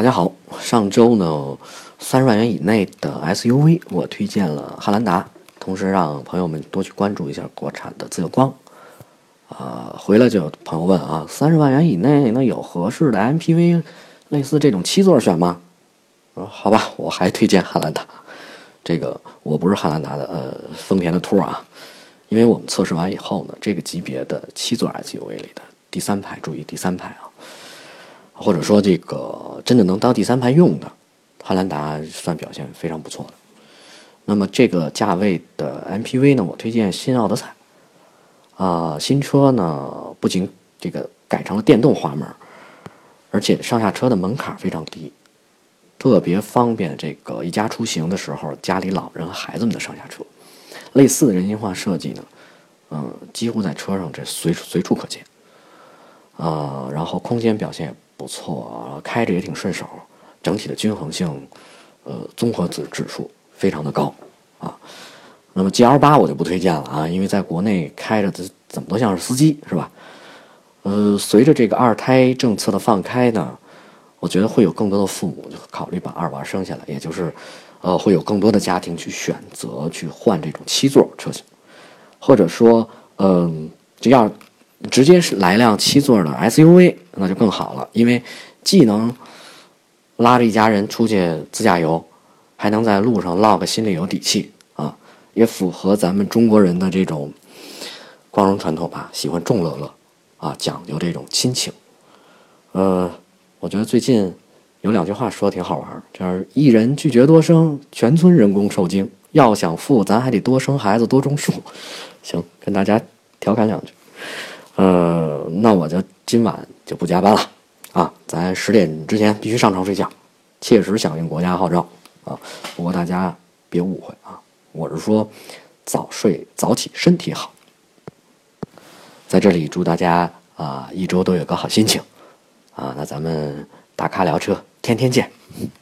大家好，上周呢，30万元以内的 SUV 我推荐了汉兰达，同时让朋友们多去关注一下国产的自由光。回来就有朋友问啊，30万元以内那有合适的 MPV，类似这种7座选吗？好吧，我还推荐汉兰达。这个我不是汉兰达的丰田的兔啊，因为我们测试完以后呢，这个级别的7座 SUV 里的第三排，注意第三排啊。或者说这个真的能当第三排用的，汉兰达算表现非常不错的。那么这个价位的 MPV 呢，我推荐新奥德赛。新车呢不仅这个改成了电动滑门，而且上下车的门槛非常低，特别方便这个一家出行的时候，家里老人和孩子们的上下车。类似的人性化设计呢，几乎在车上这随处可见。然后空间表现也不错，开着也挺顺手，整体的均衡性，综合指数非常的高啊。那么 GL8 我就不推荐了啊，因为在国内开着怎么都像是司机是吧？随着这个2胎政策的放开呢，我觉得会有更多的父母就考虑把2娃生下来，也就是会有更多的家庭去选择去换这种7座车型，或者说只要直接是来辆7座的 SUV， 那就更好了，因为既能拉着一家人出去自驾游，还能在路上落个心里有底气啊，也符合咱们中国人的这种光荣传统吧，喜欢众乐乐啊，讲究这种亲情。我觉得最近有2句话说的挺好玩，就是一人拒绝多生，全村人工受精。要想富，咱还得多生孩子，多种树。行，跟大家调侃2句。那我就今晚就不加班了啊，咱10点之前必须上床睡觉，切实响应国家号召啊。不过大家别误会啊，我是说早睡早起身体好。在这里祝大家一周都有个好心情啊。那咱们大咖聊车，天天见。